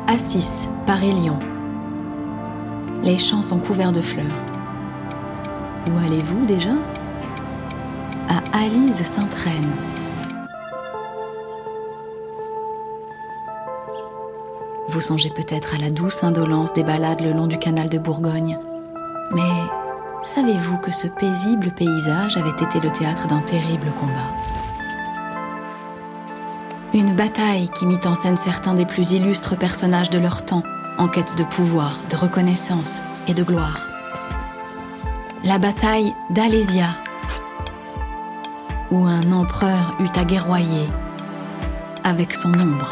Assis, Paris-Lyon. Les champs sont couverts de fleurs. Où allez-vous déjà ? À Alise-Sainte-Reine. Vous songez peut-être à la douce indolence des balades le long du canal de Bourgogne. Mais savez-vous que ce paisible paysage avait été le théâtre d'un terrible combat ? Une bataille qui mit en scène certains des plus illustres personnages de leur temps, en quête de pouvoir, de reconnaissance et de gloire. La bataille d'Alésia, où un empereur eut à guerroyer avec son ombre.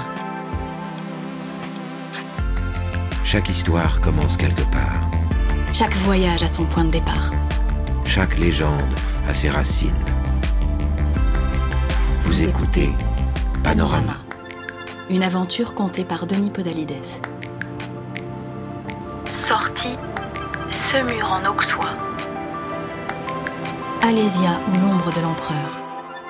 Chaque histoire commence quelque part. Chaque voyage a son point de départ. Chaque légende a ses racines. Vous écoutez Panorama. Une aventure contée par Denis Podalides. Sortie, ce mur en auxois. Alésia ou l'ombre de l'empereur.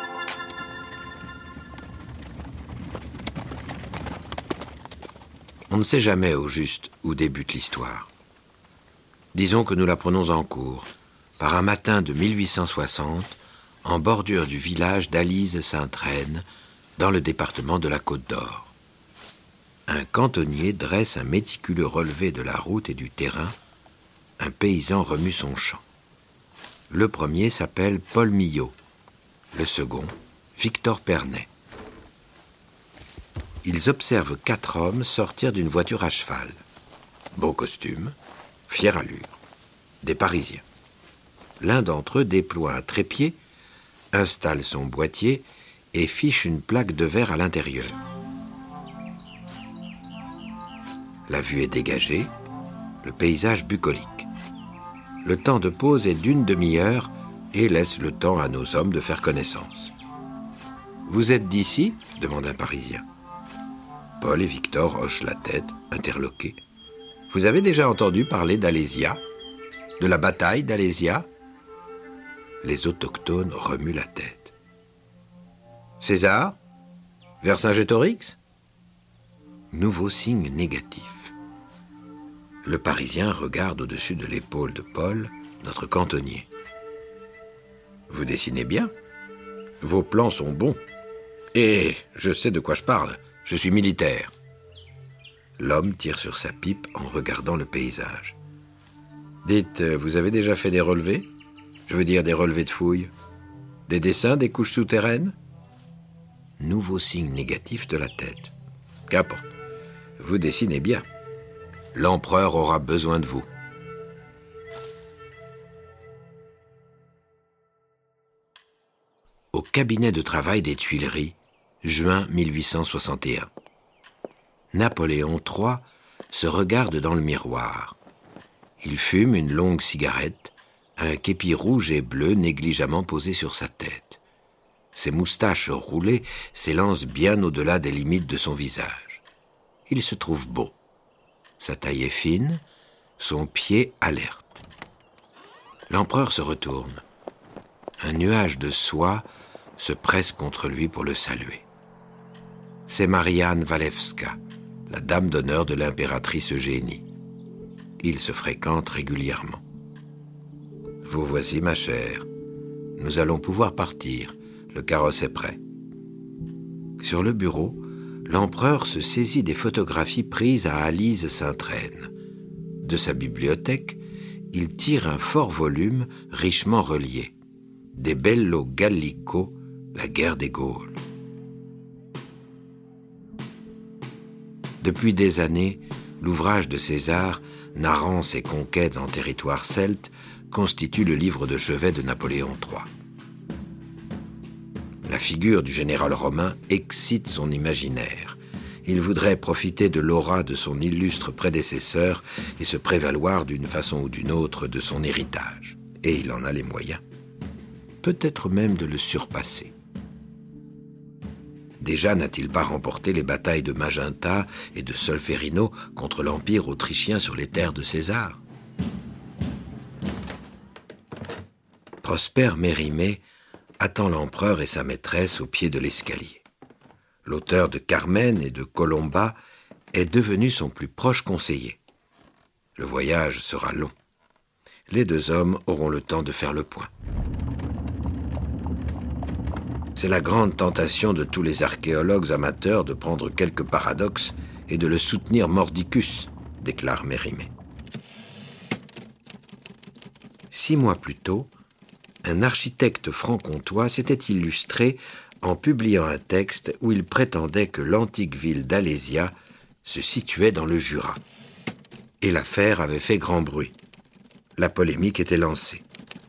On ne sait jamais au juste où débute l'histoire. Disons que nous la prenons en cours, par un matin de 1860, en bordure du village d'Alise-Sainte-Reine, dans le département de la Côte-d'Or. Un cantonnier dresse un méticuleux relevé de la route et du terrain. Un paysan remue son champ. Le premier s'appelle Paul Millot, le second, Victor Pernet. Ils observent 4 hommes sortir d'une voiture à cheval. Beau costume, fière allure, des Parisiens. L'un d'entre eux déploie un trépied, installe son boîtier et fiche une plaque de verre à l'intérieur. La vue est dégagée, le paysage bucolique. Le temps de pause est d'1 demi-heure et laisse le temps à nos hommes de faire connaissance. « Vous êtes d'ici » demande un Parisien. Paul et Victor hochent la tête, interloqués. « Vous avez déjà entendu parler d'Alésia ? De la bataille d'Alésia ?» Les autochtones remuent la tête. « César ? Vercingétorix ?» Nouveau signe négatif. Le Parisien regarde au-dessus de l'épaule de Paul, notre cantonnier. « Vous dessinez bien. Vos plans sont bons. Et je sais de quoi je parle. Je suis militaire. » L'homme tire sur sa pipe en regardant le paysage. « Dites, vous avez déjà fait des relevés ? Je veux dire des relevés de fouilles. Des dessins des couches souterraines ? » Nouveau signe négatif de la tête. « Qu'importe. Vous dessinez bien. L'empereur aura besoin de vous. » Au cabinet de travail des Tuileries, juin 1861. Napoléon III se regarde dans le miroir. Il fume une longue cigarette, un képi rouge et bleu négligemment posé sur sa tête. Ses moustaches roulées s'élancent bien au-delà des limites de son visage. Il se trouve beau. Sa taille est fine, son pied alerte. L'empereur se retourne. Un nuage de soie se presse contre lui pour le saluer. C'est Marianne Walewska, la dame d'honneur de l'impératrice Eugénie. Ils se fréquentent régulièrement. « Vous voici, ma chère. Nous allons pouvoir partir. Le carrosse est prêt. » Sur le bureau, l'empereur se saisit des photographies prises à Alise-Sainte-Reine. De sa bibliothèque, il tire un fort volume richement relié. Des Bello Gallico, la guerre des Gaules. Depuis des années, l'ouvrage de César, narrant ses conquêtes en territoire celte, constitue le livre de chevet de Napoléon III. La figure du général romain excite son imaginaire. Il voudrait profiter de l'aura de son illustre prédécesseur et se prévaloir d'une façon ou d'une autre de son héritage. Et il en a les moyens. Peut-être même de le surpasser. Déjà n'a-t-il pas remporté les batailles de Magenta et de Solferino contre l'Empire autrichien sur les terres de César ? Prosper Mérimée attend l'empereur et sa maîtresse au pied de l'escalier. L'auteur de Carmen et de Colomba est devenu son plus proche conseiller. Le voyage sera long. Les deux hommes auront le temps de faire le point. C'est la grande tentation de tous les archéologues amateurs de prendre quelques paradoxes et de le soutenir mordicus, déclare Mérimée. 6 mois plus tôt, un architecte franc-comtois s'était illustré en publiant un texte où il prétendait que l'antique ville d'Alésia se situait dans le Jura. Et l'affaire avait fait grand bruit. La polémique était lancée.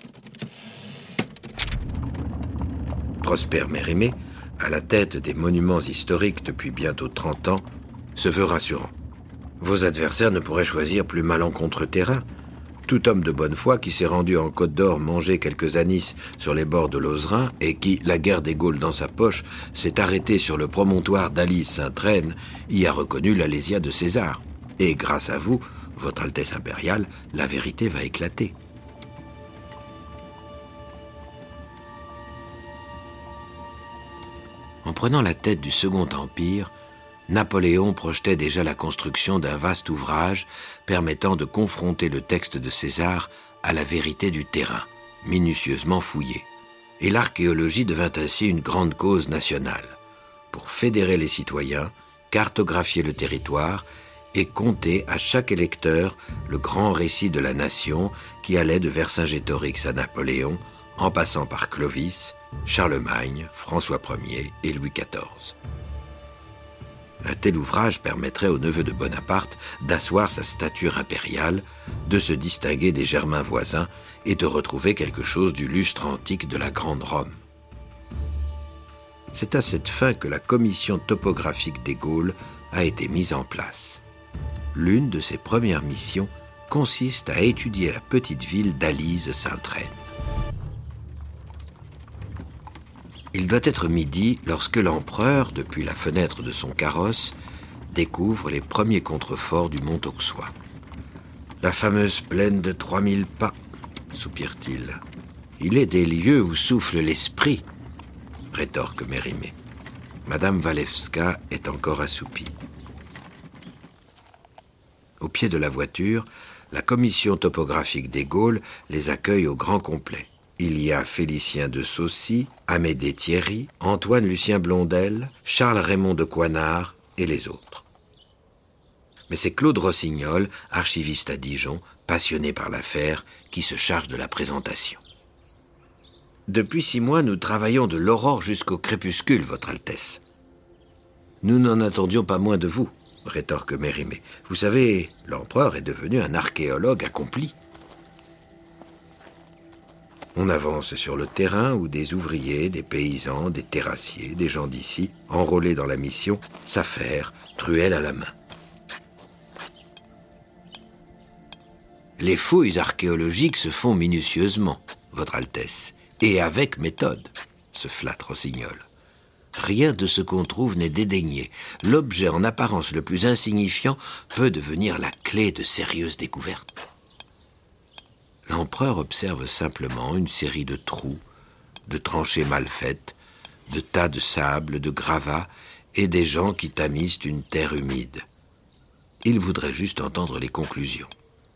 Prosper Mérimée, à la tête des monuments historiques depuis bientôt 30 ans, se veut rassurant. Vos adversaires ne pourraient choisir plus malencontreux terrain. Tout homme de bonne foi qui s'est rendu en Côte d'Or manger quelques anis sur les bords de l'Ozerain et qui, la guerre des Gaules dans sa poche, s'est arrêté sur le promontoire d'Alis-Sainte-Reine, y a reconnu l'Alésia de César. Et grâce à vous, Votre Altesse impériale, la vérité va éclater. En prenant la tête du Second Empire, Napoléon projetait déjà la construction d'un vaste ouvrage permettant de confronter le texte de César à la vérité du terrain, minutieusement fouillé. Et l'archéologie devint ainsi une grande cause nationale, pour fédérer les citoyens, cartographier le territoire et conter à chaque électeur le grand récit de la nation qui allait de Vercingétorix à Napoléon, en passant par Clovis, Charlemagne, François Ier et Louis XIV. Un tel ouvrage permettrait au neveu de Bonaparte d'asseoir sa stature impériale, de se distinguer des Germains voisins et de retrouver quelque chose du lustre antique de la Grande Rome. C'est à cette fin que la commission topographique des Gaules a été mise en place. L'une de ses premières missions consiste à étudier la petite ville d'Alise-Sainte-Reine. Il doit être midi lorsque l'empereur, depuis la fenêtre de son carrosse, découvre les premiers contreforts du mont Auxois. « La fameuse plaine de 3000 pas », soupire-t-il. « Il est des lieux où souffle l'esprit », rétorque Mérimée. Madame Walewska est encore assoupie. Au pied de la voiture, la commission topographique des Gaules les accueille au grand complet. Il y a Félicien de Saucy, Amédée Thierry, Antoine-Lucien Blondel, Charles-Raymond de Coinard et les autres. Mais c'est Claude Rossignol, archiviste à Dijon, passionné par l'affaire, qui se charge de la présentation. Depuis 6 mois, nous travaillons de l'aurore jusqu'au crépuscule, Votre Altesse. Nous n'en attendions pas moins de vous, rétorque Mérimée. Vous savez, l'empereur est devenu un archéologue accompli. On avance sur le terrain où des ouvriers, des paysans, des terrassiers, des gens d'ici, enrôlés dans la mission, s'affairent, truelle à la main. Les fouilles archéologiques se font minutieusement, Votre Altesse, et avec méthode, se flatte Rossignol. Rien de ce qu'on trouve n'est dédaigné. L'objet en apparence le plus insignifiant peut devenir la clé de sérieuses découvertes. L'empereur observe simplement une série de trous, de tranchées mal faites, de tas de sable, de gravats et des gens qui tamisent une terre humide. Il voudrait juste entendre les conclusions.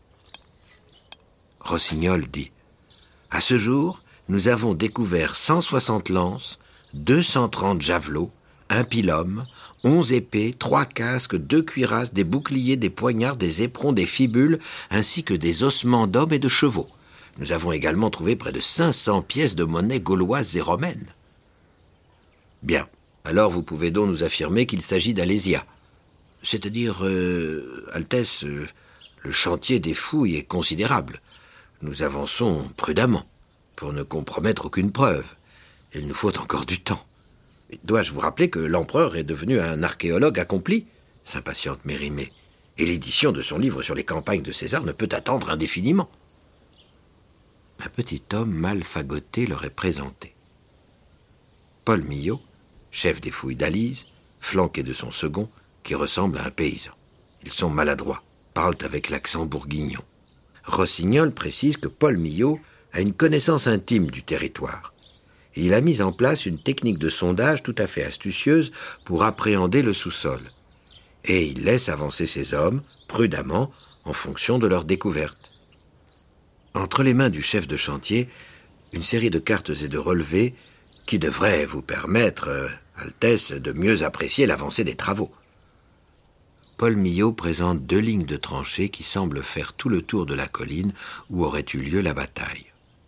Rossignol dit « À ce jour, nous avons découvert 160 lances, 230 javelots, un pilum, 11 épées, 3 casques, 2 cuirasses, des boucliers, des poignards, des éperons, des fibules, ainsi que des ossements d'hommes et de chevaux. Nous avons également trouvé près de 500 pièces de monnaie gauloises et romaines. » Bien, alors vous pouvez donc nous affirmer qu'il s'agit d'Alésia. C'est-à-dire, Altesse, le chantier des fouilles est considérable. Nous avançons prudemment, pour ne compromettre aucune preuve. Il nous faut encore du temps. Dois-je vous rappeler que l'empereur est devenu un archéologue accompli ? S'impatiente Mérimée. Et l'édition de son livre sur les campagnes de César ne peut attendre indéfiniment. Un petit homme mal fagoté leur est présenté. Paul Millot, chef des fouilles d'Alise, flanqué de son second, qui ressemble à un paysan. Ils sont maladroits, parlent avec l'accent bourguignon. Rossignol précise que Paul Millot a une connaissance intime du territoire. Et il a mis en place une technique de sondage tout à fait astucieuse pour appréhender le sous-sol. et il laisse avancer ses hommes, prudemment, en fonction de leur découverte. Entre les mains du chef de chantier, une série de cartes et de relevés qui devraient vous permettre, Altesse, de mieux apprécier l'avancée des travaux. Paul Millot présente 2 lignes de tranchées qui semblent faire tout le tour de la colline où aurait eu lieu la bataille.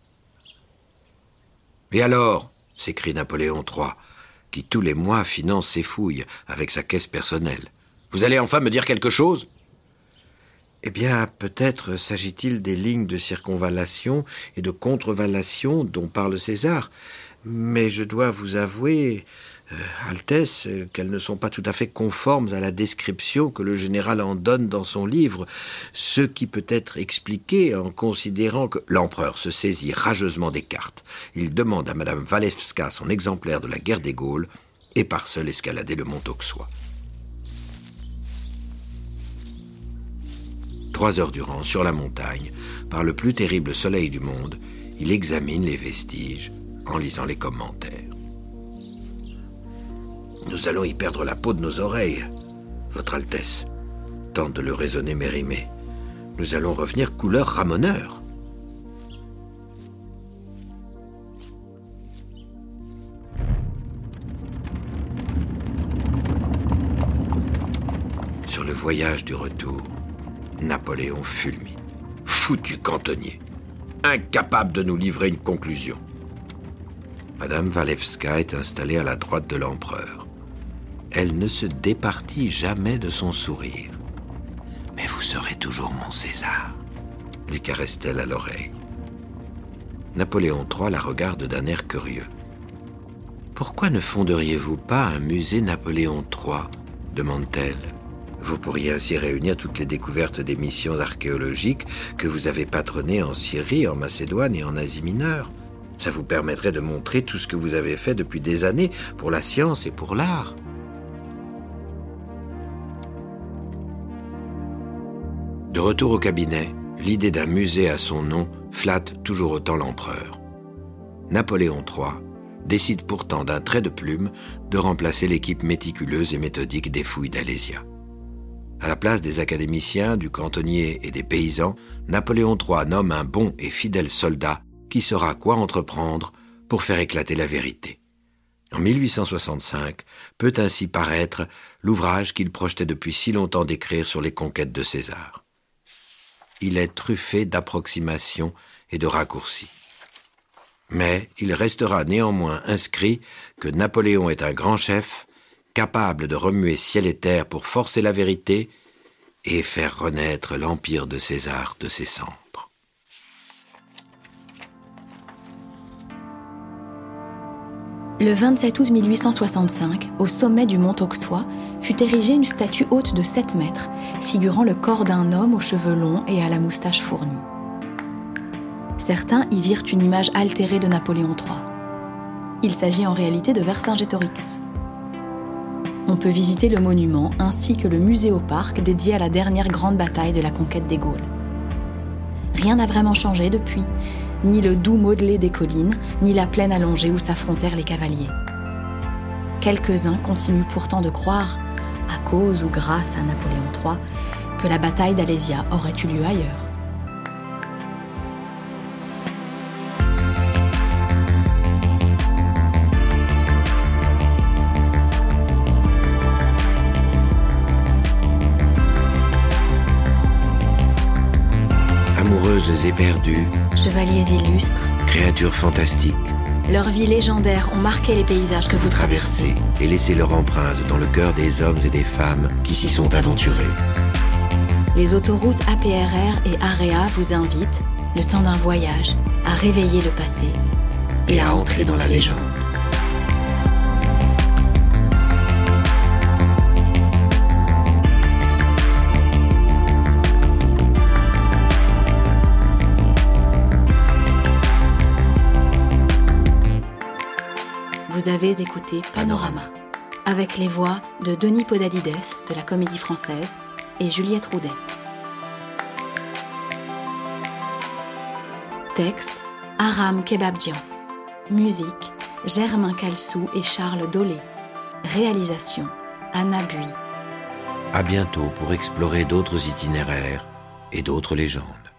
« Et alors ?» s'écrie Napoléon III, qui tous les mois finance ses fouilles avec sa caisse personnelle. « Vous allez enfin me dire quelque chose ?» Eh bien, peut-être s'agit-il des lignes de circonvallation et de contrevallation dont parle César, mais je dois vous avouer, Altesse, qu'elles ne sont pas tout à fait conformes à la description que le général en donne dans son livre, ce qui peut être expliqué en considérant que l'empereur se saisit rageusement des cartes. Il demande à Madame Walewska son exemplaire de la guerre des Gaules et part seul escalader le mont Auxois. 3 heures durant, sur la montagne, par le plus terrible soleil du monde, il examine les vestiges en lisant les commentaires. « Nous allons y perdre la peau de nos oreilles, Votre Altesse, » tente de le raisonner Mérimée. « Nous allons revenir couleur ramoneur. » Sur le voyage du retour, Napoléon fulmine. Foutu cantonnier, incapable de nous livrer une conclusion. Madame Walewska est installée à la droite de l'empereur. Elle ne se départit jamais de son sourire. « Mais vous serez toujours mon César », lui caresse-t-elle à l'oreille. Napoléon III la regarde d'un air curieux. « Pourquoi ne fonderiez-vous pas un musée Napoléon III ?» demande-t-elle. Vous pourriez ainsi réunir toutes les découvertes des missions archéologiques que vous avez patronnées en Syrie, en Macédoine et en Asie mineure. Ça vous permettrait de montrer tout ce que vous avez fait depuis des années pour la science et pour l'art. De retour au cabinet, l'idée d'un musée à son nom flatte toujours autant l'empereur. Napoléon III décide pourtant d'un trait de plume de remplacer l'équipe méticuleuse et méthodique des fouilles d'Alésia. À la place des académiciens, du cantonnier et des paysans, Napoléon III nomme un bon et fidèle soldat qui saura quoi entreprendre pour faire éclater la vérité. En 1865, peut ainsi paraître l'ouvrage qu'il projetait depuis si longtemps d'écrire sur les conquêtes de César. Il est truffé d'approximations et de raccourcis. Mais il restera néanmoins inscrit que Napoléon est un grand chef, capable de remuer ciel et terre pour forcer la vérité et faire renaître l'empire de César de ses cendres. Le 27 août 1865, au sommet du mont Auxois, fut érigée une statue haute de 7 mètres, figurant le corps d'un homme aux cheveux longs et à la moustache fournie. Certains y virent une image altérée de Napoléon III. Il s'agit en réalité de Vercingétorix. On peut visiter le monument ainsi que le musée au parc dédié à la dernière grande bataille de la conquête des Gaules. Rien n'a vraiment changé depuis, ni le doux modelé des collines, ni la plaine allongée où s'affrontèrent les cavaliers. Quelques-uns continuent pourtant de croire, à cause ou grâce à Napoléon III, que la bataille d'Alésia aurait eu lieu ailleurs. Amoureuses éperdues, Chevaliers illustres, créatures fantastiques, leurs vies légendaires ont marqué les paysages que vous traversez et laissé leur empreinte dans le cœur des hommes et des femmes qui s'y sont aventurés. Les autoroutes APRR et AREA vous invitent, le temps d'un voyage, à réveiller le passé et à entrer dans la légende. Vous avez écouté Panorama, avec les voix de Denis Podalides de la Comédie Française et Juliette Roudet. Texte, Aram Kebabjian. Musique, Germain Calsou et Charles Dolé. Réalisation, Anna Bui. À bientôt pour explorer d'autres itinéraires et d'autres légendes.